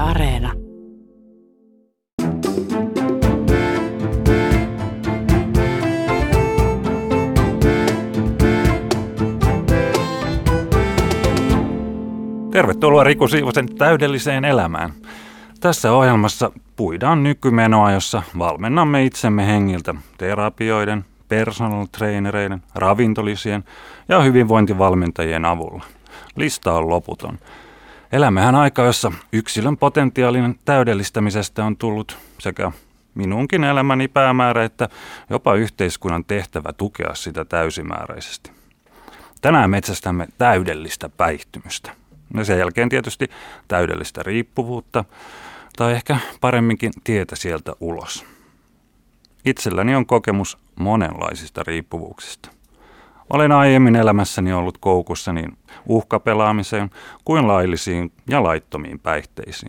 Areena. Tervetuloa Riku Siivosen täydelliseen elämään. Tässä ohjelmassa puidaan nykymenoa, jossa valmennamme itsemme hengiltä terapioiden, personal trainereiden, ravintolisien ja hyvinvointivalmentajien avulla. Lista on loputon. Elämmehän aikaa, jossa yksilön potentiaalinen täydellistämisestä on tullut sekä minunkin elämäni päämäärä että jopa yhteiskunnan tehtävä tukea sitä täysimääräisesti. Tänään metsästämme täydellistä päihtymystä. Ja sen jälkeen tietysti täydellistä riippuvuutta tai ehkä paremminkin tietä sieltä ulos. Itselläni on kokemus monenlaisista riippuvuuksista. Olen aiemmin elämässäni ollut koukussa niin uhkapelaamiseen kuin laillisiin ja laittomiin päihteisiin.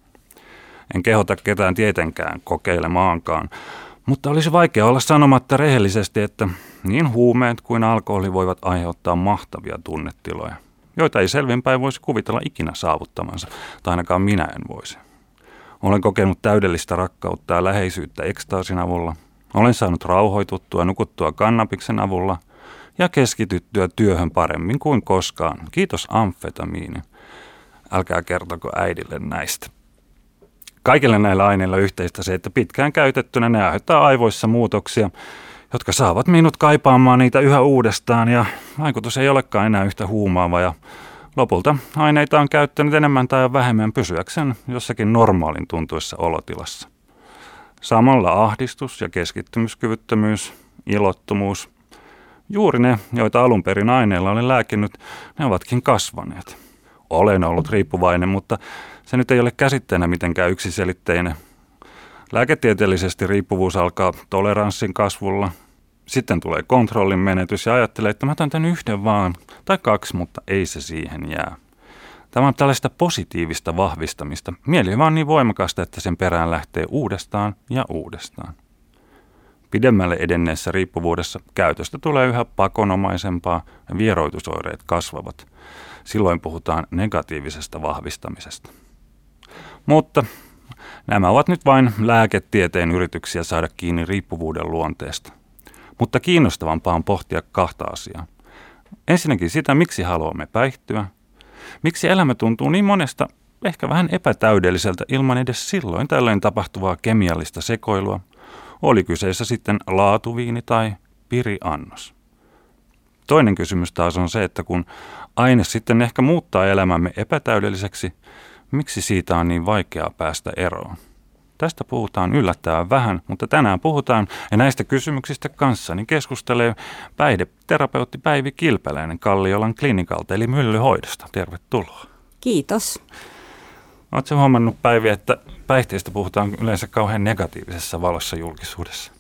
En kehota ketään tietenkään kokeilemaankaan, mutta olisi vaikea olla sanomatta rehellisesti, että niin huumeet kuin alkoholi voivat aiheuttaa mahtavia tunnetiloja, joita ei selvinpäin voisi kuvitella ikinä saavuttamansa, tai ainakaan minä en voisi. Olen kokenut täydellistä rakkautta ja läheisyyttä ekstaasin avulla. Olen saanut rauhoituttua nukuttua kannabiksen avulla ja keskityttyä työhön paremmin kuin koskaan. Kiitos amfetamiinin. Älkää kertoko äidille näistä. Kaikille näillä aineilla yhteistä se, että pitkään käytettynä ne aiheuttaa aivoissa muutoksia, jotka saavat minut kaipaamaan niitä yhä uudestaan ja vaikutus ei olekaan enää yhtä huumaava ja lopulta aineita on käyttänyt enemmän tai vähemmän pysyäkseen jossakin normaalin tuntuessa olotilassa. Samalla ahdistus ja keskittymiskyvyttömyys, ilottomuus, juuri ne, joita alun perin aineilla olen lääkinyt, ne ovatkin kasvaneet. Olen ollut riippuvainen, mutta se nyt ei ole käsitteenä mitenkään yksiselitteinen. Lääketieteellisesti riippuvuus alkaa toleranssin kasvulla. Sitten tulee kontrollin menetys ja ajattelee, että mä otan tän yhden vaan tai kaksi, mutta ei se siihen jää. Tämä on tällaista positiivista vahvistamista. Mieli on vaan niin voimakasta, että sen perään lähtee uudestaan ja uudestaan. Pidemmälle edenneessä riippuvuudessa käytöstä tulee yhä pakonomaisempaa ja vieroitusoireet kasvavat. Silloin puhutaan negatiivisesta vahvistamisesta. Mutta nämä ovat nyt vain lääketieteen yrityksiä saada kiinni riippuvuuden luonteesta. Mutta kiinnostavampaa on pohtia kahta asiaa. Ensinnäkin sitä, miksi haluamme päihtyä. Miksi elämä tuntuu niin monesta ehkä vähän epätäydelliseltä ilman edes silloin tällöin tapahtuvaa kemiallista sekoilua. Oli kyseessä sitten laatuviini tai piriannos. Toinen kysymys taas on se, että kun aine sitten ehkä muuttaa elämämme epätäydelliseksi, miksi siitä on niin vaikeaa päästä eroon? Tästä puhutaan yllättävän vähän, mutta tänään puhutaan ja näistä kysymyksistä kanssani keskustelee päihdeterapeutti Päivi Kilpeläinen Kalliolan klinikalta eli Myllyhoidosta. Tervetuloa. Kiitos. Oletko huomannut Päivi, että päihteistä puhutaan yleensä kauhean negatiivisessa valossa julkisuudessa?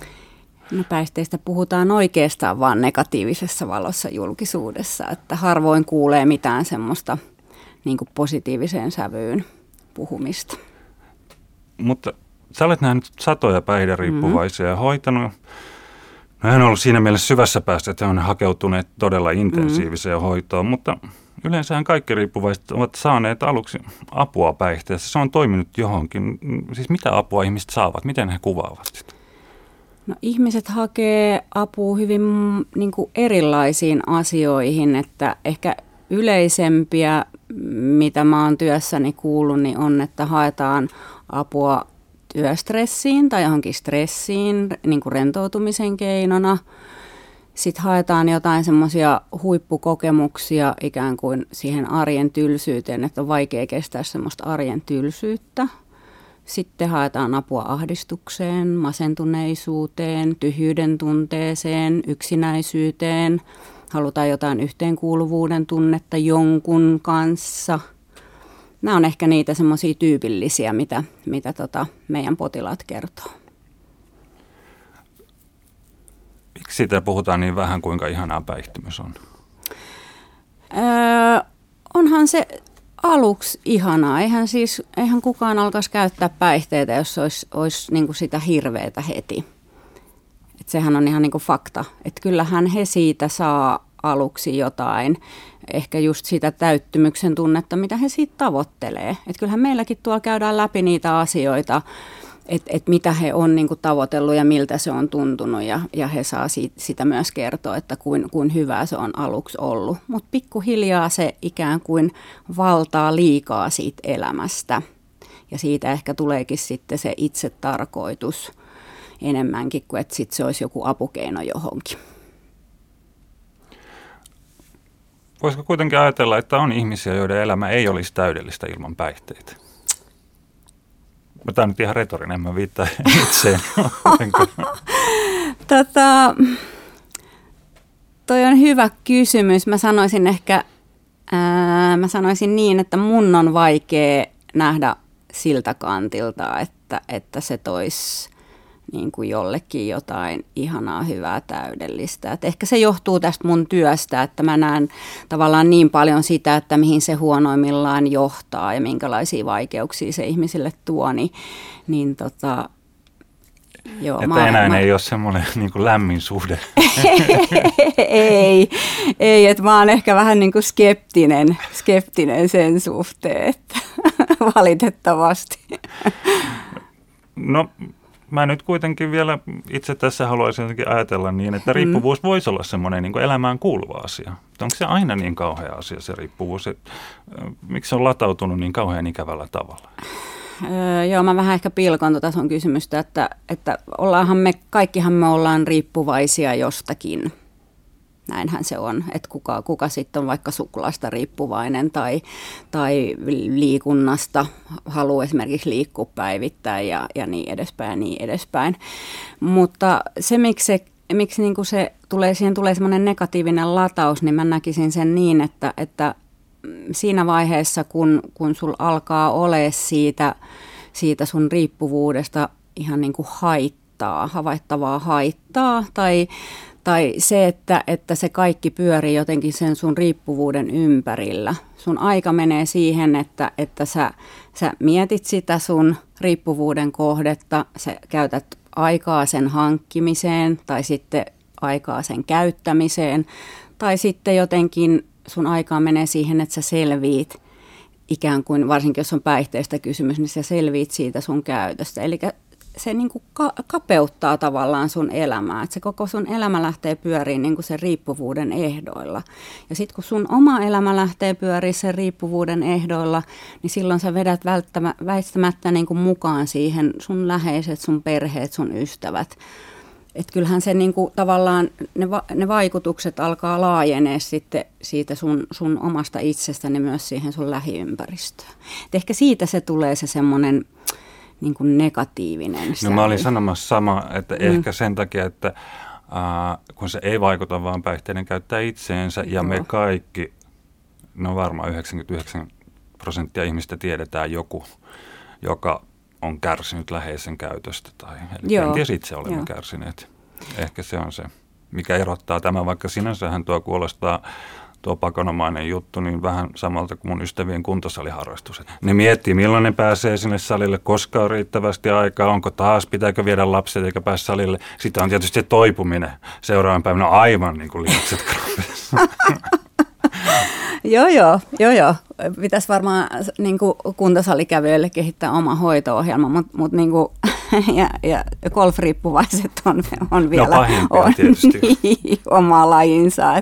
No päihteistä puhutaan oikeastaan vaan negatiivisessa valossa julkisuudessa, että harvoin kuulee mitään semmoista niin kuin positiiviseen sävyyn puhumista. Mutta sä olet nähnyt satoja päihderiippuvaisia ja hoitanut. No hän on ollut siinä mielessä syvässä päässä, että he on hakeutuneet todella intensiiviseen hoitoon, mutta yleensähän kaikki riippuvaiset ovat saaneet aluksi apua päihteessä. Se on toiminut johonkin. Siis mitä apua ihmiset saavat? Miten he kuvaavat sitä? No, ihmiset hakee apua hyvin niin kuin erilaisiin asioihin, että ehkä yleisempiä, mitä mä oon työssäni kuullut, niin on, että haetaan apua työstressiin tai johonkin stressiin niin kuin rentoutumisen keinona. Sitten haetaan jotain semmoisia huippukokemuksia ikään kuin siihen arjen tylsyyteen, että on vaikea kestää semmoista arjen tylsyyttä. Sitten haetaan apua ahdistukseen, masentuneisuuteen, tyhjyyden tunteeseen, yksinäisyyteen. Halutaan jotain yhteenkuuluvuuden tunnetta jonkun kanssa. Nämä on ehkä niitä semmoisia tyypillisiä, mitä meidän potilaat kertoo. Miksi siitä puhutaan niin vähän, kuinka ihanaa päihtymys on? Onhan se aluksi ihanaa. Eihän kukaan alkaisi käyttää päihteitä, jos olisi niin kuin sitä hirveätä heti. Et sehän on ihan niin kuin fakta. Että kyllähän he siitä saa aluksi jotain, ehkä just sitä täyttymyksen tunnetta, mitä he siitä tavoittelee. Että kyllähän meilläkin tuolla käydään läpi niitä asioita, että mitä he on niin kuin tavoitellut ja miltä se on tuntunut ja he saa sitä myös kertoa, että kuin hyvää se on aluksi ollut. Mutta pikkuhiljaa se ikään kuin valtaa liikaa siitä elämästä ja siitä ehkä tuleekin sitten se itse tarkoitus enemmänkin kuin että sitten se olisi joku apukeino johonkin. Voisiko kuitenkin ajatella, että on ihmisiä, joiden elämä ei olisi täydellistä ilman päihteitä? Tämä on nyt ihan retorinen, mä viittaan itseen. Toi on hyvä kysymys. Mä sanoisin niin, että mun on vaikea nähdä siltä kantilta, että se toisi niin kuin jollekin jotain ihanaa, hyvää, täydellistä. Et ehkä se johtuu tästä mun työstä, että mä näen tavallaan niin paljon sitä, että mihin se huonoimmillaan johtaa ja minkälaisia vaikeuksia se ihmisille tuo, joo, että enää ei ole semmoinen niin kuin lämmin suhde. ei, että mä oon ehkä vähän niin kuin skeptinen sen suhteen, että valitettavasti. No, mä nyt kuitenkin vielä itse tässä haluaisin jotenkin ajatella niin, että riippuvuus voisi olla semmoinen niin kuin elämään kuuluva asia. Onko se aina niin kauhea asia se riippuvuus? Miksi se on latautunut niin kauhean ikävällä tavalla? Joo, mä vähän ehkä pilkon tuota sun kysymystä, että kaikkihan me ollaan riippuvaisia jostakin. Näinhän se on, että kuka sitten on vaikka suklaasta riippuvainen tai liikunnasta, haluaa esimerkiksi liikkua päivittäin ja niin edespäin. Mutta se, miksi niin siihen tulee semmoinen negatiivinen lataus, niin mä näkisin sen niin, että siinä vaiheessa, kun sul alkaa ole siitä sun riippuvuudesta ihan niin kuin havaittavaa haittaa tai se, että se kaikki pyörii jotenkin sen sun riippuvuuden ympärillä. Sun aika menee siihen, että sä mietit sitä sun riippuvuuden kohdetta, sä käytät aikaa sen hankkimiseen tai sitten aikaa sen käyttämiseen tai sitten jotenkin sun aikaa menee siihen, että sä selviit ikään kuin, varsinkin jos on päihteistä kysymys, niin sä selviit siitä sun käytöstä. Eli se niin kuin kapeuttaa tavallaan sun elämää, että se koko sun elämä lähtee pyöriin niin kuin sen riippuvuuden ehdoilla. Ja sitten kun sun oma elämä lähtee pyöriin sen riippuvuuden ehdoilla, niin silloin sä vedät väistämättä niin kuin mukaan siihen sun läheiset, sun perheet, sun ystävät. Että kyllähän se niin kuin tavallaan, ne vaikutukset alkaa laajenee sitten siitä sun omasta itsestäni myös siihen sun lähiympäristöön. Et ehkä siitä se tulee se semmoinen niin kuin negatiivinen sävy. No mä olin sanomassa sama, että ehkä sen takia, että kun se ei vaikuta vaan päihteiden käyttää itseensä ja me kaikki, no varmaan 99% ihmistä tiedetään joku, joka on kärsinyt läheisen käytöstä tai kenties itse olemme kärsineet. Ehkä se on se, mikä erottaa tämän, vaikka sinänsähän tuo kuulostaa tuo pakonomainen juttu niin vähän samalta kuin mun ystävien kuntosaliharrastus. Ne miettii, milloin ne pääsee sinne salille, koska on riittävästi aikaa, onko taas, pitääkö viedä lapset eikä pääse salille. Sitten on tietysti se toipuminen. Seuraavan päivänä on aivan niin kuin lihakset kroppissa. Joo. Pitäisi varmaan niin kuin kuntosalikävijöille kehittää oma hoito-ohjelma, mutta niin kuin, ja golfriippuvaiset on vielä oma lajinsa.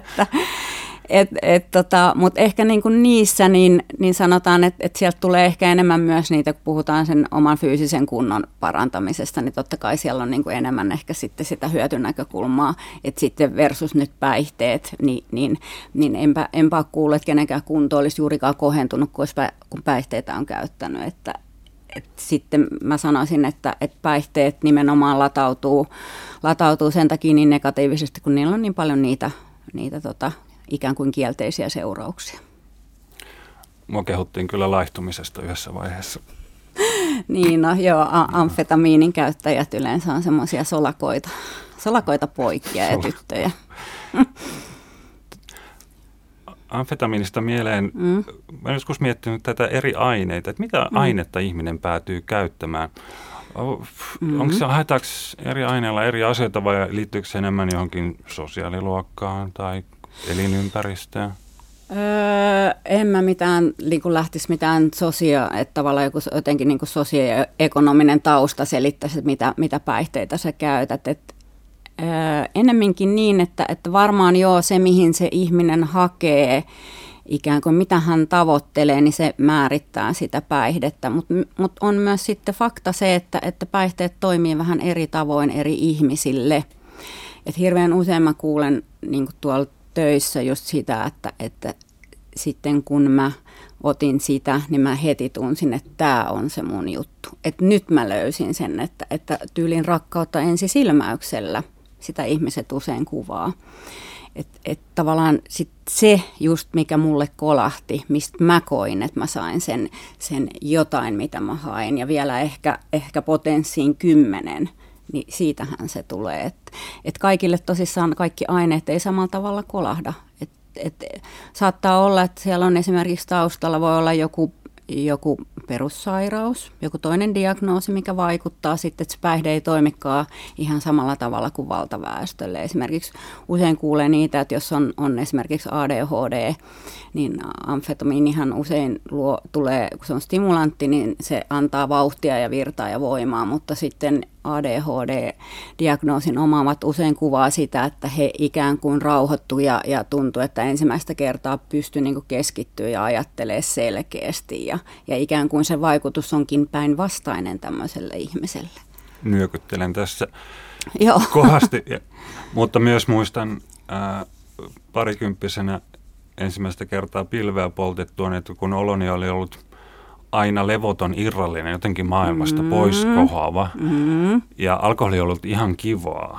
Mutta ehkä niin kuin niissä niin sanotaan, että sieltä tulee ehkä enemmän myös niitä, kun puhutaan sen oman fyysisen kunnon parantamisesta, niin totta kai siellä on niin kuin enemmän ehkä sitten sitä hyötynäkökulmaa, että sitten versus nyt päihteet, niin enpä kuullut, että kenenkään kunto olisi juurikaan kohentunut, kun päihteitä on käyttänyt, että sitten mä sanoisin, että päihteet nimenomaan latautuu sen takia niin negatiivisesti, kun niillä on niin paljon niitä ikään kuin kielteisiä seurauksia. Mua kehuttiin kyllä laihtumisesta yhdessä vaiheessa. Niin, no joo, amfetamiinin käyttäjät yleensä on semmoisia solakoita poikia ja tyttöjä. Amfetamiinista mieleen, mä olen joskus miettinyt tätä eri aineita, että mitä ainetta ihminen päätyy käyttämään. Haetaanko eri aineilla eri asioita vai liittyykö se enemmän johonkin sosiaaliluokkaan tai elinympäristöä? En mä mitään, niin lähtisi mitään että tavallaan joku jotenkin niin sosioekonominen tausta selittäisi, että mitä päihteitä sä käytät. Ennemminkin niin, että varmaan se, mihin se ihminen hakee, ikään kuin mitä hän tavoittelee, niin se määrittää sitä päihdettä. Mutta on myös sitten fakta se, että päihteet toimii vähän eri tavoin eri ihmisille. Et hirveän usein mä kuulen niin kuin tuolla töissä just sitä, että sitten kun mä otin sitä, niin mä heti tunsin, että tämä on se mun juttu. Että nyt mä löysin sen, että tyylin rakkautta ensisilmäyksellä sitä ihmiset usein kuvaa. Että tavallaan sit se just, mikä mulle kolahti, mistä mä koin, että mä sain sen jotain, mitä mä hain, ja vielä ehkä potenssiin 10, niin siitähän se tulee. Et kaikille tosissaan kaikki aineet ei samalla tavalla kolahda. Saattaa olla, että siellä on esimerkiksi taustalla voi olla joku perussairaus, joku toinen diagnoosi, mikä vaikuttaa sitten, että se päihde ei toimikaan ihan samalla tavalla kuin valtaväestölle. Esimerkiksi usein kuulee niitä, että jos on esimerkiksi ADHD, niin amfetamiinihan usein tulee, kun se on stimulantti, niin se antaa vauhtia ja virtaa ja voimaa, mutta sitten ADHD-diagnoosin omaavat usein kuvaa sitä, että he ikään kuin rauhoittuu ja tuntuu, että ensimmäistä kertaa pystyy niin kuin keskittyä ja ajattelee selkeästi ja ikään kuin se vaikutus onkin päinvastainen tämmöiselle ihmiselle. Nyökyttelen tässä kovasti, mutta myös muistan parikymppisenä ensimmäistä kertaa pilveä poltettua, että kun oloni oli ollut aina levoton, irrallinen, jotenkin maailmasta pois kohoava. Ja alkoholi oli ollut ihan kivaa,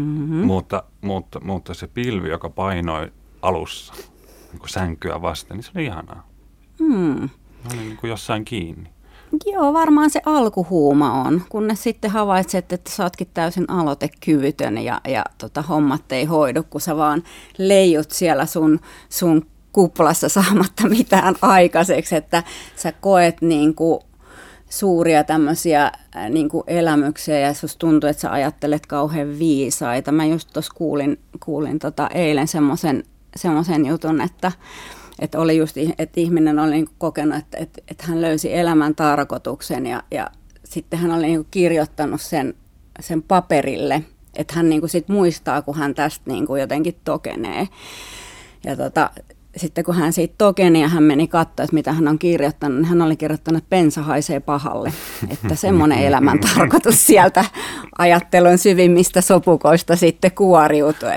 mutta se pilvi, joka painoi alussa niin kuin sänkyä vasten, niin se oli ihanaa. Oli niin kuin jossain kiinni. Joo, varmaan se alkuhuuma on, kunnes sitten havaitset, että sä ootkin täysin aloitekyvytön ja hommat ei hoidu, kun sä vaan leijut siellä sun kuplassa saamatta mitään aikaiseksi, että sä koet niin kuin suuria tämmöisiä niin kuin elämyksiä ja susta tuntuu, että sä ajattelet kauhean viisaita. Mä just tuossa kuulin eilen semmoisen jutun, että oli just, että ihminen oli niin kokenut, että hän löysi elämän tarkoituksen ja sitten hän oli niin kirjoittanut sen paperille, että hän niin sit muistaa, kun hän tästä niin jotenkin tokenee. Ja sitten kun hän siitä tokeni ja hän meni katsoa, että mitä hän on kirjoittanut, niin hän oli kirjoittanut, että bensa haisee pahalle. Että semmoinen elämän tarkoitus sieltä ajattelun syvimmistä sopukoista sitten kuoriutui.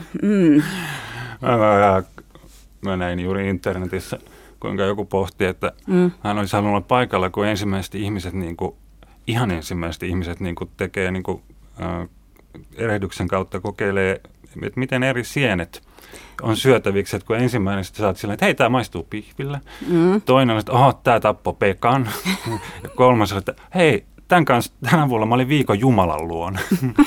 Mä näin juuri internetissä, kuinka joku pohti, että hän olisi halunnut olla paikalla, kun ihan ensimmäiset ihmiset tekee erehdyksen kautta kokeilee, että miten eri sienet on syötäviksi, että kun ensimmäinen sitten saat silleen, että hei, tämä maistuu pihville. Toinen on, että tämä tappoi Pekan. Ja kolmas on, että hei, tämän avulla mä olin viikon Jumalan luona.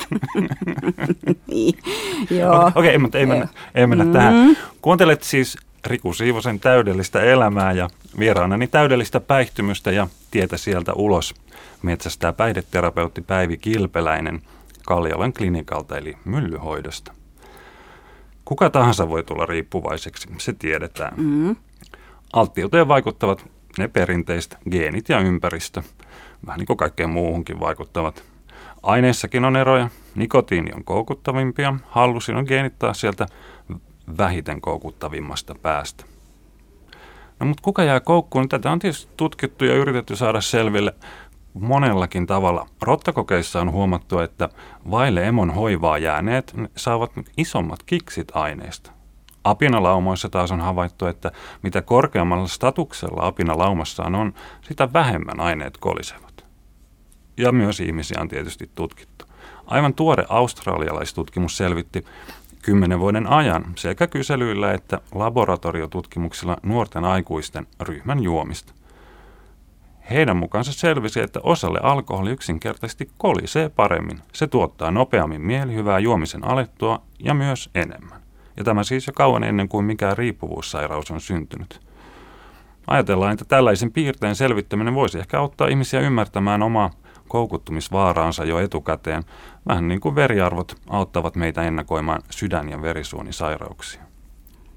Niin, joo. Okei, mutta ei mennä tähän. Kuuntelet siis Riku Siivosen täydellistä elämää ja vieraanani täydellistä päihtymystä ja tietä sieltä ulos metsästää päihdeterapeutti Päivi Kilpeläinen Kalliolan klinikalta eli Myllyhoidosta. Kuka tahansa voi tulla riippuvaiseksi, se tiedetään. Alttiuteen vaikuttavat ne perinteiset geenit ja ympäristö, vähän niin kuin kaikkeen muuhunkin vaikuttavat. Aineissakin on eroja, nikotiini on koukuttavimpia, hallusinogeenit taas sieltä vähiten koukuttavimmasta päästä. No mutta kuka jää koukkuun? Tätä on tietysti tutkittu ja yritetty saada selville monellakin tavalla. Rottakokeissa on huomattu, että vaille emon hoivaa jääneet saavat isommat kiksit aineista. Apinalaumoissa taas on havaittu, että mitä korkeammalla statuksella apinalaumassaan on, sitä vähemmän aineet kolisevat. Ja myös ihmisiä on tietysti tutkittu. Aivan tuore australialaistutkimus selvitti 10 vuoden ajan sekä kyselyillä että laboratoriotutkimuksilla nuorten aikuisten ryhmän juomista. Heidän mukaansa selvisi, että osalle alkoholi yksinkertaisesti kolisee paremmin. Se tuottaa nopeammin mielihyvää juomisen alettua ja myös enemmän. Ja tämä siis jo kauan ennen kuin mikään riippuvuussairaus on syntynyt. Ajatellaan, että tällaisen piirteen selvittäminen voisi ehkä auttaa ihmisiä ymmärtämään omaa koukuttumisvaaraansa jo etukäteen, vähän niin kuin veriarvot auttavat meitä ennakoimaan sydän- ja verisuonisairauksia.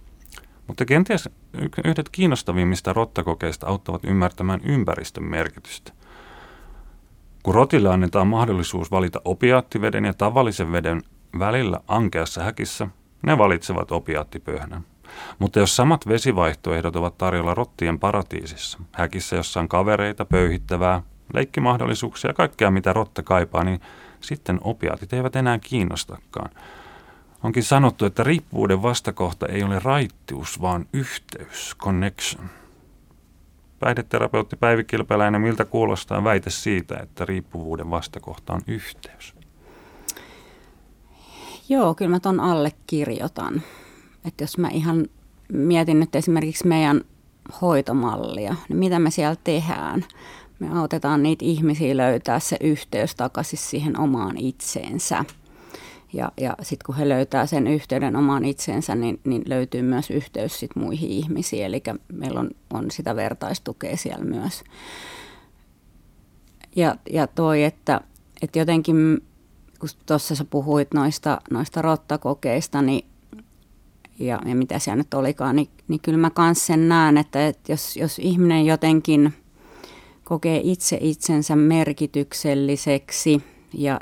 Mutta kenties yhdet kiinnostavimmista rottakokeista auttavat ymmärtämään ympäristön merkitystä. Kun rotille annetaan mahdollisuus valita opiaattiveden ja tavallisen veden välillä ankeassa häkissä, ne valitsevat opiaattipöhnän. Mutta jos samat vesivaihtoehdot ovat tarjolla rottien paratiisissa, häkissä jossa on kavereita, pöyhittävää, leikkimahdollisuuksia ja kaikkea mitä rotta kaipaa, niin sitten opiaatit eivät enää kiinnostakaan. Onkin sanottu, että riippuvuuden vastakohta ei ole raittius, vaan yhteys, connection. Päihdeterapeutti Päivi Kilpeläinen, miltä kuulostaa väite siitä, että riippuvuuden vastakohta on yhteys? Joo, kyllä mä ton allekirjoitan. Että jos mä ihan mietin nyt esimerkiksi meidän hoitomallia, niin mitä me siellä tehdään? Me autetaan niitä ihmisiä löytää se yhteys takaisin siihen omaan itseensä. Ja sitten kun he löytää sen yhteyden omaan itseensä, niin löytyy myös yhteys sit muihin ihmisiin. Eli meillä on sitä vertaistukea siellä myös. Ja toi, että jotenkin, kun tuossa sä puhuit noista rottakokeista, niin ja mitä siellä nyt olikaan, niin kyllä mä kans sen näen, että jos ihminen jotenkin kokee itsensä merkitykselliseksi ja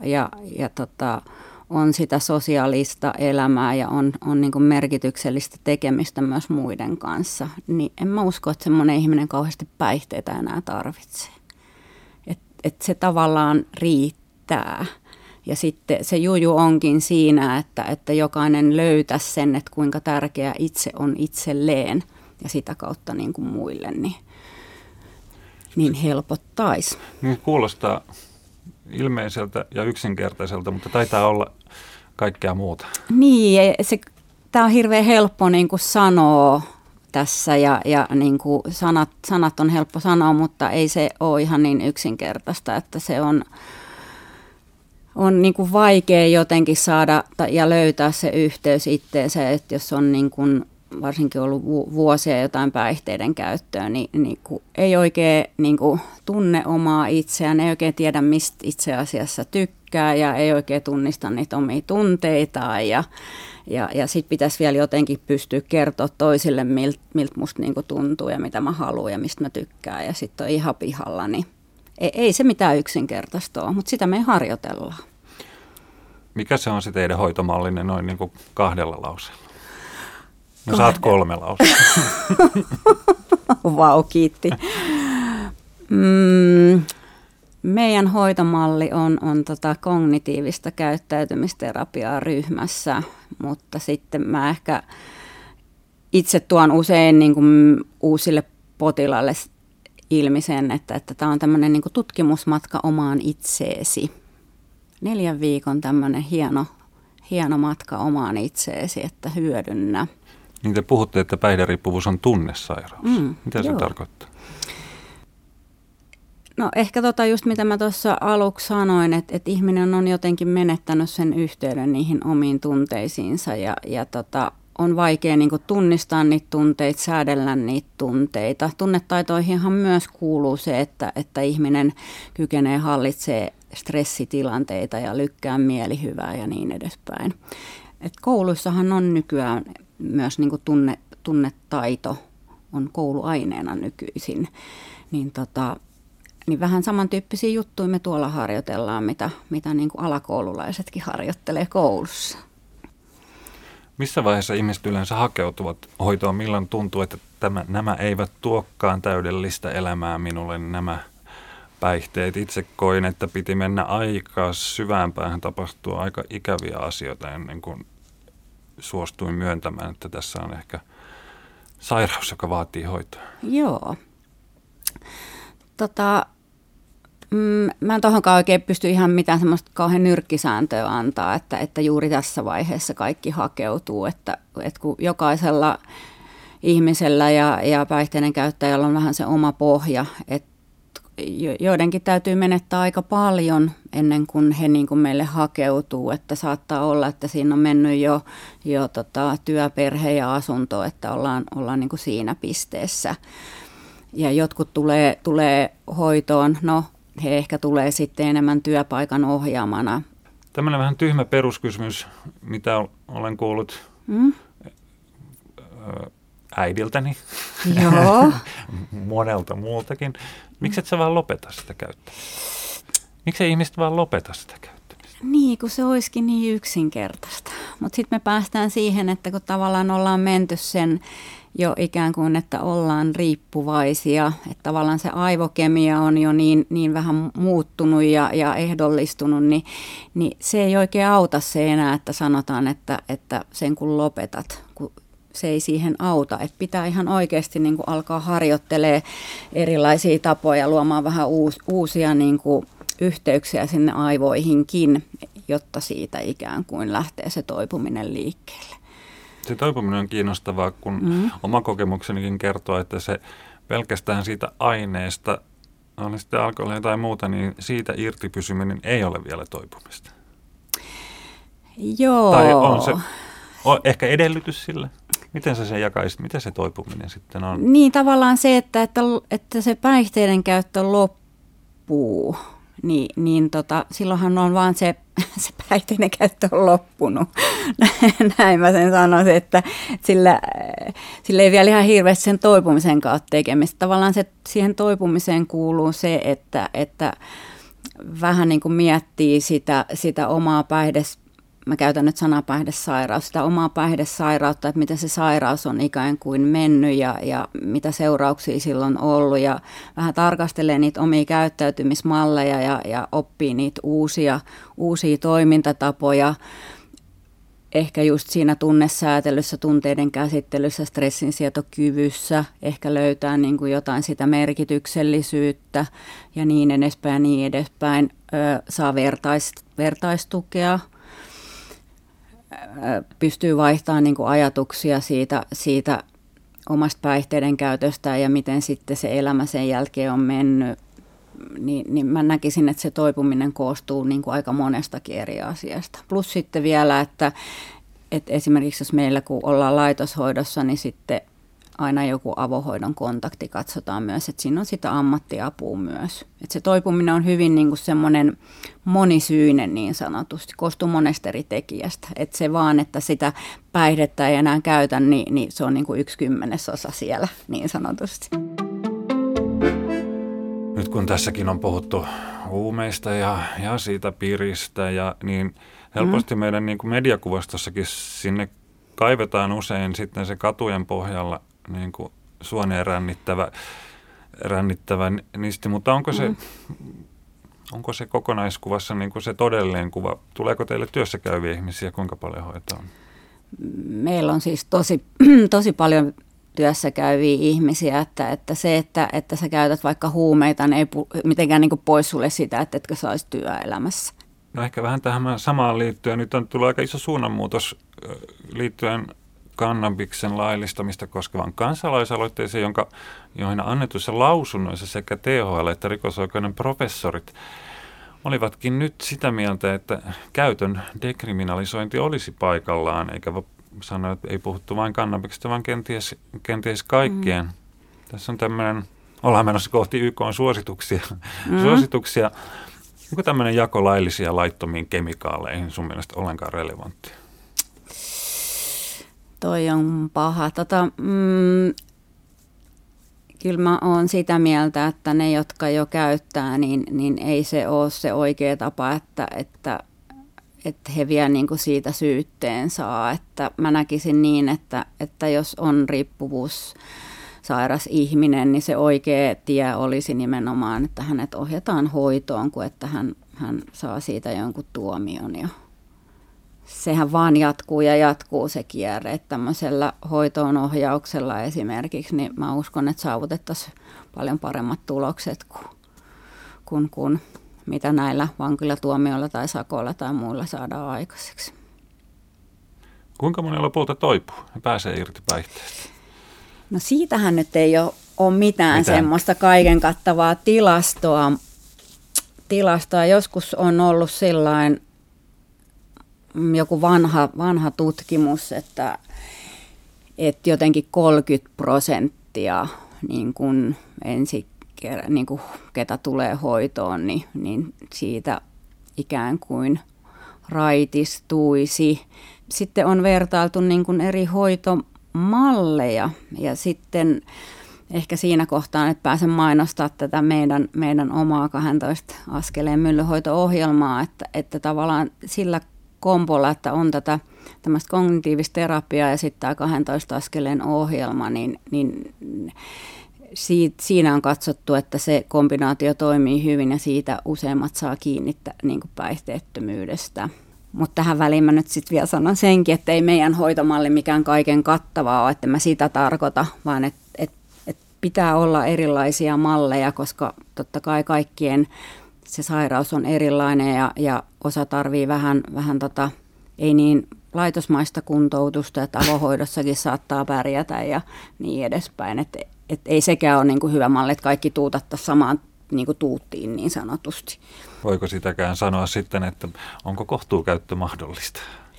on sitä sosiaalista elämää ja on niin kuin merkityksellistä tekemistä myös muiden kanssa, niin en mä usko, että semmoinen ihminen kauheasti päihteitä enää tarvitsee. Että se tavallaan riittää. Ja sitten se juju onkin siinä, että jokainen löytäisi sen, että kuinka tärkeä itse on itselleen ja sitä kautta niin kuin muille, niin helpottaisi. Niin kuulostaa ilmeiseltä ja yksinkertaiselta, mutta taitaa olla kaikkea muuta. Niin, tämä on hirveän helppo niin kuin sanoa tässä ja niin kuin sanat on helppo sanoa, mutta ei se ole ihan niin yksinkertaista, että se on niin kuin vaikea jotenkin saada ja löytää se yhteys itteensä, että jos on niin kuin varsinkin ollut vuosia jotain päihteiden käyttöön, niin kun ei oikein niin kuin tunne omaa itseään, ei oikein tiedä, mistä itse asiassa tykkää ja ei oikein tunnista niitä omia tunteitaan ja sitten pitäisi vielä jotenkin pystyä kertoa toisille, miltä musta niin kuin tuntuu ja mitä mä haluan ja mistä mä tykkään ja sitten on ihan pihalla, niin ei se mitään yksinkertaista ole, mutta sitä me harjoitellaan. Mikä se on se teidän hoitomallinne noin niin kuin 2 lauseella? No saat 3 lausetta. Vau, kiitti. Meidän hoitomalli on kognitiivista käyttäytymisterapiaa ryhmässä, mutta sitten mä ehkä itse tuon usein niin kuin uusille potilaille ilmi sen, että tämä on tämmöinen niin kuin tutkimusmatka omaan itseesi. 4 viikon tämmöinen hieno matka omaan itseesi, että hyödynnä. Niin te puhutte, että päihderiippuvuus on tunnesairaus. Mitä se tarkoittaa? No ehkä just mitä mä tuossa aluksi sanoin, että ihminen on jotenkin menettänyt sen yhteyden niihin omiin tunteisiinsa ja on vaikea niin kuin tunnistaa niitä tunteita, säädellä niitä tunteita. Tunnetaitoihinhan myös kuuluu se, että ihminen kykenee hallitsemaan stressitilanteita ja lykkää mielihyvää ja niin edespäin. Et kouluissahan on nykyään myös niin kuin tunnetaito on kouluaineena nykyisin, niin vähän samantyyppisiä juttuja me tuolla harjoitellaan, mitä niin kuin alakoululaisetkin harjoittelee koulussa. Missä vaiheessa ihmiset yleensä hakeutuvat hoitoon? Milloin tuntuu, että nämä eivät tuokkaan täydellistä elämää minulle, nämä päihteet? Itse koin, että piti mennä aika syvään päähän, tapahtua aika ikäviä asioita ennen kuin suostuin myöntämään, että tässä on ehkä sairaus, joka vaatii hoitoa. Joo. Mä en tohonkaan oikein pysty ihan mitään semmoista kauhean nyrkkisääntöä antaa, että juuri tässä vaiheessa kaikki hakeutuu, että kun jokaisella ihmisellä ja päihteiden käyttäjällä on vähän se oma pohja, että joidenkin täytyy menettää aika paljon ennen kuin he niin kuin meille hakeutuu, että saattaa olla, että siinä on mennyt jo työ, perhe ja asunto, että ollaan niin kuin siinä pisteessä. Ja jotkut tulee hoitoon, no he ehkä tulee sitten enemmän työpaikan ohjaamana. Tämmöinen vähän tyhmä peruskysymys, mitä olen kuullut. äidiltäni, Joo. monelta muultakin. Miksi et sä vaan lopeta sitä käyttämistä? Miksi ihmiset vaan lopeta sitä käyttämistä? Niin, kun se olisikin niin yksinkertaista. Mutta sitten me päästään siihen, että kun tavallaan ollaan menty sen jo ikään kuin, että ollaan riippuvaisia, että tavallaan se aivokemia on jo niin vähän muuttunut ja ehdollistunut, niin se ei oikein auta se enää, että sanotaan, että sen kun lopetat, kun se ei siihen auta. Että pitää ihan oikeasti niin kuin alkaa harjoittelemaan erilaisia tapoja, luomaan vähän uusia niin kuin yhteyksiä sinne aivoihinkin, jotta siitä ikään kuin lähtee se toipuminen liikkeelle. Se toipuminen on kiinnostavaa, kun oma kokemuksenikin kertoo, että se pelkästään siitä aineesta, on sitten alkoholia tai muuta, niin siitä irti pysyminen ei ole vielä toipumista. Joo. Tai on se ehkä edellytys sille? Miten sä sen jakaisit? Mitä se toipuminen sitten on? Niin tavallaan se, että se päihteiden käyttö loppuu. Silloinhan on vaan se päihteiden käyttö on loppunut. Näin mä sen sanoisin, että sillä ei vielä ihan hirveästi sen toipumisen kautta tekemistä. Tavallaan siihen toipumiseen kuuluu se, että vähän niin kuin miettii sitä omaa mä käytän nyt sanaa päihdesairaus, sitä omaa päihdesairautta, että miten se sairaus on ikään kuin mennyt ja mitä seurauksia sillä on ollut ja vähän tarkastelee niitä omia käyttäytymismalleja ja oppii niitä uusia toimintatapoja. Ehkä just siinä tunnesäätelyssä, tunteiden käsittelyssä, stressinsietokyvyssä, ehkä löytää niin kuin jotain sitä merkityksellisyyttä ja niin edespäin. Saa vertaistukea. Pystyy vaihtamaan niin kuin ajatuksia siitä omasta päihteiden käytöstä ja miten sitten se elämä sen jälkeen on mennyt, niin mä näkisin, että se toipuminen koostuu niin kuin aika monestakin eri asiasta. Plus sitten vielä, että esimerkiksi jos meillä kun ollaan laitoshoidossa, niin sitten aina joku avohoidon kontakti katsotaan myös, että siinä on sitä ammattiapua myös. Että se toipuminen on hyvin niin kuin semmoinen monisyinen niin sanotusti, koostuu monesta eri tekijästä. Että se vaan, että sitä päihdettä ei enää käytä, niin se on niin kuin 1/10 siellä niin sanotusti. Nyt kun tässäkin on puhuttu huumeista ja siitä piristä, niin helposti meidän niin kuin mediakuvastossakin sinne kaivetaan usein sitten se katujen pohjalla niin kuin suoneen rännittävä nisti, mutta onko se kokonaiskuvassa niin kuin se todellinen kuva? Tuleeko teille työssä käyviä ihmisiä, kuinka paljon hoitaa? Meillä on siis tosi paljon työssä käyviä ihmisiä, että se, että sä käytät vaikka huumeita, niin ei mitenkään niin kuin pois sulle sitä, että etkö sä olisi työelämässä. No ehkä vähän tähän samaan liittyen. Nyt on tullut aika iso suunnanmuutos liittyen kannabiksen laillistamista koskevan kansalaisaloitteeseen, joihin annetuissa lausunnoissa sekä THL että rikosoikeuden professorit olivatkin nyt sitä mieltä, että käytön dekriminalisointi olisi paikallaan, eikä sanoa, että ei puhuttu vain kannabiksesta, vaan kenties kaikkien. Tässä on tämmöinen, ollaan menossa kohti YK:n suosituksia. Onko tämmöinen jako laillisia ja laittomiin kemikaaleihin sun mielestä ollenkaan relevanttia? Toi on paha. Kyllä mä oon sitä mieltä, että ne, jotka jo käyttää, niin ei se ole se oikea tapa, että he vielä niin kuin siitä syytteen saa. Että mä näkisin niin, että jos on riippuvuussairas ihminen, niin se oikea tie olisi nimenomaan, että hänet ohjataan hoitoon, kuin että hän saa siitä jonkun tuomion. Ja sehän vaan jatkuu se kierre. Että tämmöisellä hoitoon ohjauksella esimerkiksi, niin mä uskon, että saavutettaisiin paljon paremmat tulokset kuin mitä näillä vankilatuomioilla tai sakoilla tai muilla saadaan aikaiseksi. Kuinka moni lopulta toipuu ja pääsee irti päihteestä? No siitähän nyt ei ole mitään semmoista kaiken kattavaa tilastoa. Joskus on ollut sillain joku vanha tutkimus, että jotenkin 30% niin kuin niin kuin ketä tulee hoitoon, niin siitä ikään kuin raitistuisi. Sitten on vertailtu niin kuin eri malleja ja sitten ehkä siinä kohtaa nyt pääsen mainostaa tätä meidän omaa 12 askeleen myllyhoito-ohjelmaa, että tavallaan sillä kompolla, että on tätä tämmöistä kognitiivista terapiaa ja sitten tämä 12 askeleen ohjelma, niin siinä on katsottu, että se kombinaatio toimii hyvin ja siitä useimmat saa kiinni niin kuin päihteettömyydestä. Mutta tähän väliin mä nyt sitten vielä sanon senkin, että ei meidän hoitomalli mikään kaiken kattavaa ole, että mä sitä tarkoita, vaan että pitää olla erilaisia malleja, koska totta kai kaikkien se sairaus on erilainen ja osa tarvii vähän ei niin laitosmaista kuntoutusta, että avohoidossakin saattaa pärjätä ja niin edespäin. Et ei sekään ole niin kuin hyvä malli, että kaikki tuutattaisiin samaan niin kuin tuuttiin niin sanotusti. Voiko sitäkään sanoa sitten, että onko kohtuukäyttö mahdollista?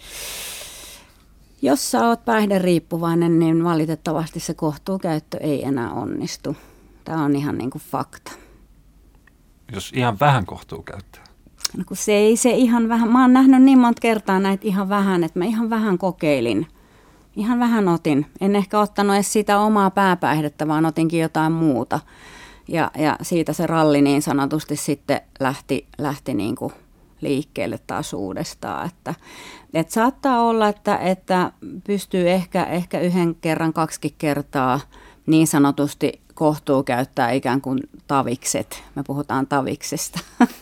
Jos sä oot päihderiippuvainen, niin valitettavasti se kohtuukäyttö ei enää onnistu. Tämä on ihan niin kuin fakta. Jos ihan vähän kohtuukäyttöä? No kun se ei se ihan vähän. Mä oon nähnyt niin monta kertaa näitä ihan vähän, että mä ihan vähän kokeilin. Ihan vähän otin. En ehkä ottanut edes sitä omaa pääpäihdettä, vaan otinkin jotain muuta. Ja siitä se ralli niin sanotusti sitten lähti niin kuin liikkeelle taas uudestaan. Että saattaa olla, että pystyy ehkä yhden kerran, 2 kertaa niin sanotusti kohtuu käyttää ikään kuin tavikset. Me puhutaan taviksesta.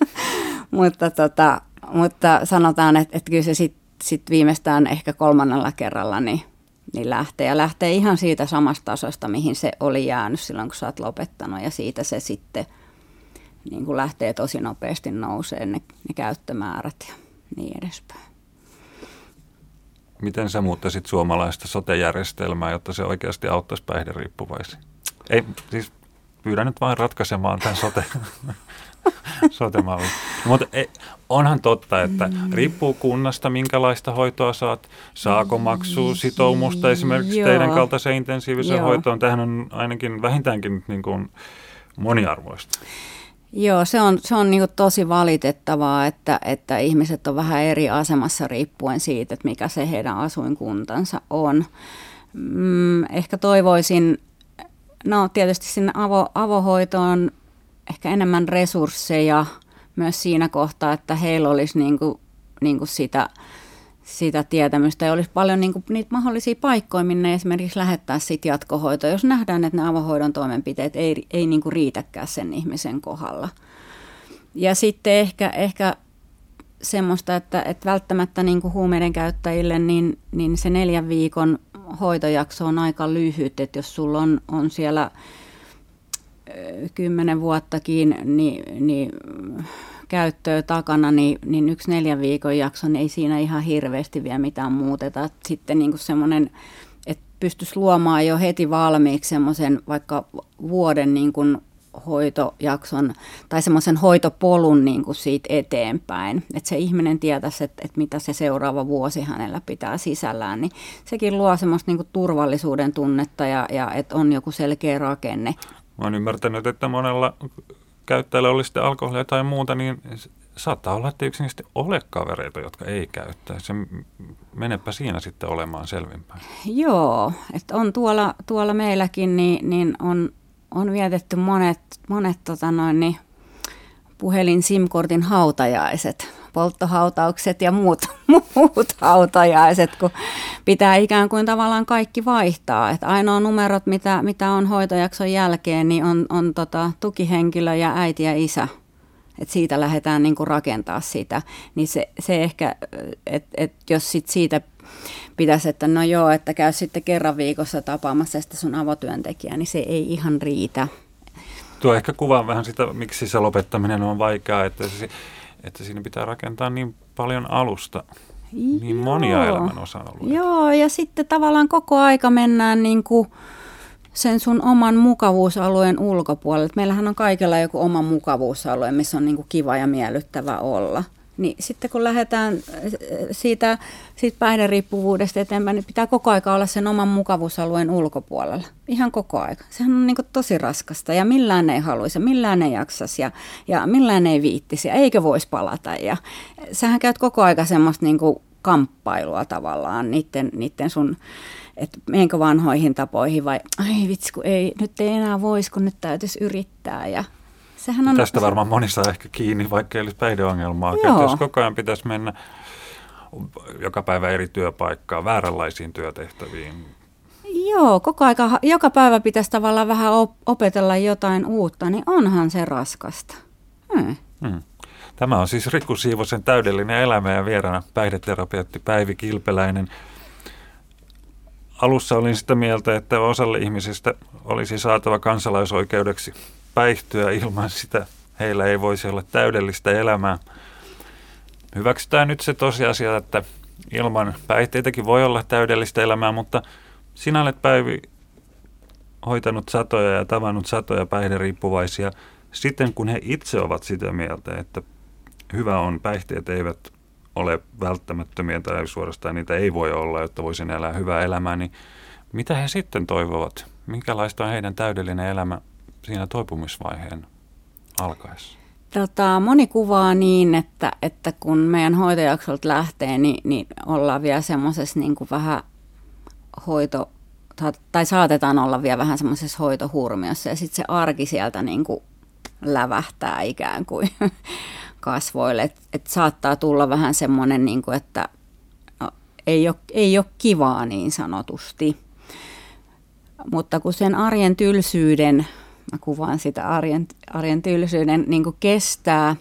mutta sanotaan, että kyllä se sit viimeistään ehkä 3. kerralla niin lähtee. Ja lähtee ihan siitä samasta tasosta, mihin se oli jäänyt silloin, kun sä oot lopettanut. Ja siitä se sitten niin kuin lähtee tosi nopeasti nouseen ne käyttömäärät ja niin edespäin. Miten sä muuttaisit suomalaista sote-järjestelmää, jotta se oikeasti auttaisi päihderiippuvaisia? Ei, siis pyydän nyt vain ratkaisemaan tämän sote-mallin. Mutta onhan totta, että riippuu kunnasta, minkälaista hoitoa saat. Saako maksua sitoumusta esimerkiksi teidän kaltaisen intensiivisen hoitoon? Tämähän on ainakin vähintäänkin niin kuin moniarvoista. Joo, se on niin kuin tosi valitettavaa, että ihmiset on vähän eri asemassa riippuen siitä, että mikä se heidän asuinkuntansa on. Ehkä toivoisin, tietysti sinne avohoitoon ehkä enemmän resursseja myös siinä kohtaa, että heillä olisi niin kuin sitä tietämystä ja olisi paljon niin kuin niitä mahdollisia paikkoja, minne esimerkiksi lähettää sit jatkohoitoa, jos nähdään, että ne avohoidon toimenpiteet ei niin kuin riitäkään sen ihmisen kohdalla. Ja sitten ehkä semmoista, että välttämättä niin kuin huumeiden käyttäjille niin se 4 viikon hoitojakso on aika lyhyt, että jos sulla on siellä 10 vuottakin niin käyttöä takana, niin 1 4 viikon jakso, niin ei siinä ihan hirveästi vielä mitään muuteta. Sitten niin kuin semmoinen, että pystyisi luomaan jo heti valmiiksi semmoisen vaikka vuoden niin kuin hoitojakson tai semmoisen hoitopolun niin kuin siitä eteenpäin. Että se ihminen tietäisi, että mitä se seuraava vuosi hänellä pitää sisällään, niin sekin luo semmoista niin kuin turvallisuuden tunnetta ja että on joku selkeä rakenne. Mä oon ymmärtänyt, että monella käyttäjällä oli sitten alkoholia tai muuta, niin saattaa olla, että yksinkertaisesti ole kavereita, jotka ei käyttää. Se menepä siinä sitten olemaan selvinpäin. Joo, että on tuolla meilläkin niin on vietetty monet puhelin SIM-kortin hautajaiset, polttohautaukset ja muut hautajaiset, kun pitää ikään kuin tavallaan kaikki vaihtaa. Että ainoa numerot, mitä on hoitojakson jälkeen, niin on tukihenkilö ja äiti ja isä. Että siitä lähdetään niin kuin rakentaa sitä. Niin se ehkä, että jos siitä pitäisi, että no joo, että käy sitten kerran viikossa tapaamassa sitä sun avotyöntekijää, niin se ei ihan riitä. Tuo ehkä kuvaa vähän sitä, miksi se lopettaminen on vaikeaa, että siinä pitää rakentaa niin paljon alusta, niin monia elämän osa-alueita. Joo, ja sitten tavallaan koko aika mennään niin kuin sen sun oman mukavuusalueen ulkopuolelle. Meillähän on kaikilla joku oma mukavuusalue, missä on niin kuin kiva ja miellyttävä olla. Niin sitten kun lähdetään siitä päihderiippuvuudesta eteenpäin, niin pitää koko aika olla sen oman mukavuusalueen ulkopuolella. Ihan koko aika. Sehän on niin kuin tosi raskasta ja millään ei haluaisi ja millään ei jaksaisi ja millään ei viittisi ja eikö voisi palata. Ja sähän käyt koko aika semmoista niin kuin kamppailua tavallaan niiden sun menenkö vanhoihin tapoihin vai ai vitsi, kun nyt ei enää voisi, kun nyt täytyisi yrittää. Ja sehän on, tästä varmaan moni saa ehkä kiinni, vaikka ei olisi päihdeongelmaa. Jos koko ajan pitäisi mennä joka päivä eri työpaikkaan, vääränlaisiin työtehtäviin. Joo, joka päivä pitäisi tavallaan vähän opetella jotain uutta, niin onhan se raskasta. Tämä on siis Riku Siivosen täydellinen elämä ja vieraana päihdeterapeutti Päivi Kilpeläinen. Alussa olin sitä mieltä, että osalle ihmisistä olisi saatava kansalaisoikeudeksi päihtyä, ilman sitä heillä ei voisi olla täydellistä elämää. Hyväksytään nyt se tosiasia, että ilman päihteitäkin voi olla täydellistä elämää, mutta sinä olet, Päivi, hoitanut satoja ja tavannut satoja päihderiippuvaisia sitten, kun he itse ovat sitä mieltä, että hyvä on, päihteet eivät ole välttämättömiä tai suorastaan niitä ei voi olla, jotta voisin elää hyvää elämää, niin mitä he sitten toivovat? Minkälaista on heidän täydellinen elämä siinä toipumisvaiheen alkaessa? Moni kuvaa niin, että kun meidän hoitojaksolta lähtee, niin ollaan vielä semmoisessa niin kuin vähän tai saatetaan olla vielä vähän semmoisessa hoitohurmiossa ja sitten se arki sieltä niin kuin lävähtää ikään kuin kasvoille. Et saattaa tulla vähän semmoinen, niin kuin, että ei ole kivaa niin sanotusti. Mutta kun sen arjen tylsyyden, mä kuvaan sitä arjen tylsyyden niin kuin kestää,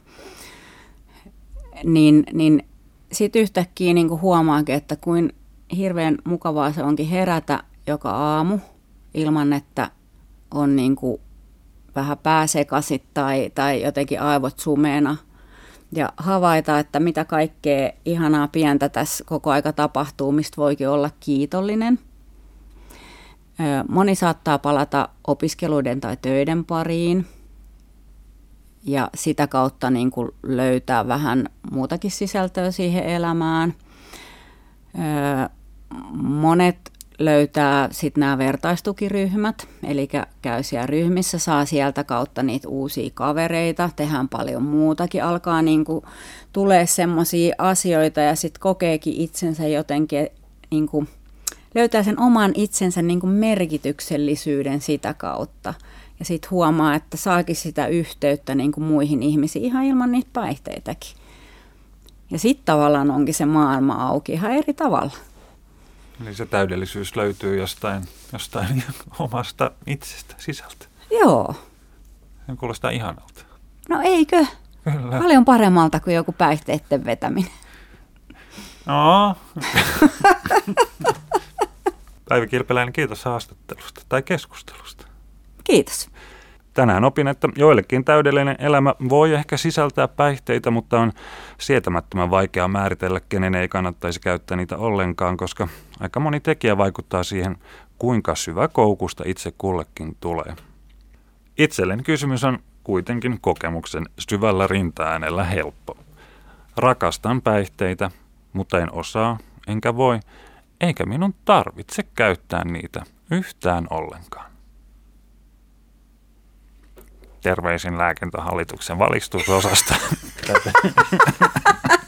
niin sitten yhtäkkiä niin kuin huomaakin, että kuin hirveän mukavaa se onkin herätä joka aamu ilman, että on niin kuin vähän pääsekasit tai jotenkin aivot sumeena. Ja havaita, että mitä kaikkea ihanaa pientä tässä koko aika tapahtuu, mistä voikin olla kiitollinen. Moni saattaa palata opiskeluiden tai töiden pariin ja sitä kautta niin kuin löytää vähän muutakin sisältöä siihen elämään. Monet löytää sitten nämä vertaistukiryhmät, eli käy siellä ryhmissä, saa sieltä kautta niitä uusia kavereita, tehdään paljon muutakin, alkaa niin kuin tulee semmoisia asioita ja sitten kokeekin itsensä jotenkin, niin kuin löytää sen oman itsensä niin kuin merkityksellisyyden sitä kautta. Ja sitten huomaa, että saakin sitä yhteyttä niin kuin muihin ihmisiin ihan ilman niitä päihteitäkin. Ja sitten tavallaan onkin se maailma auki ihan eri tavalla. Eli se täydellisyys löytyy jostain omasta itsestä, sisältä. Joo. Se kuulostaa ihanalta. No eikö? Kyllä. Paljon paremmalta kuin joku päihteiden vetäminen. No. Päivi Kilpeläinen, kiitos haastattelusta tai keskustelusta. Kiitos. Tänään opin, että joillekin täydellinen elämä voi ehkä sisältää päihteitä, mutta on sietämättömän vaikea määritellä, kenen ei kannattaisi käyttää niitä ollenkaan, koska aika moni tekijä vaikuttaa siihen, kuinka syvä koukusta itse kullekin tulee. Itselleni kysymys on kuitenkin kokemuksen syvällä rintaäänellä helppo. Rakastan päihteitä, mutta en osaa, enkä voi, eikä minun tarvitse käyttää niitä yhtään ollenkaan. Terveisin lääkintähallituksen valistusosasto.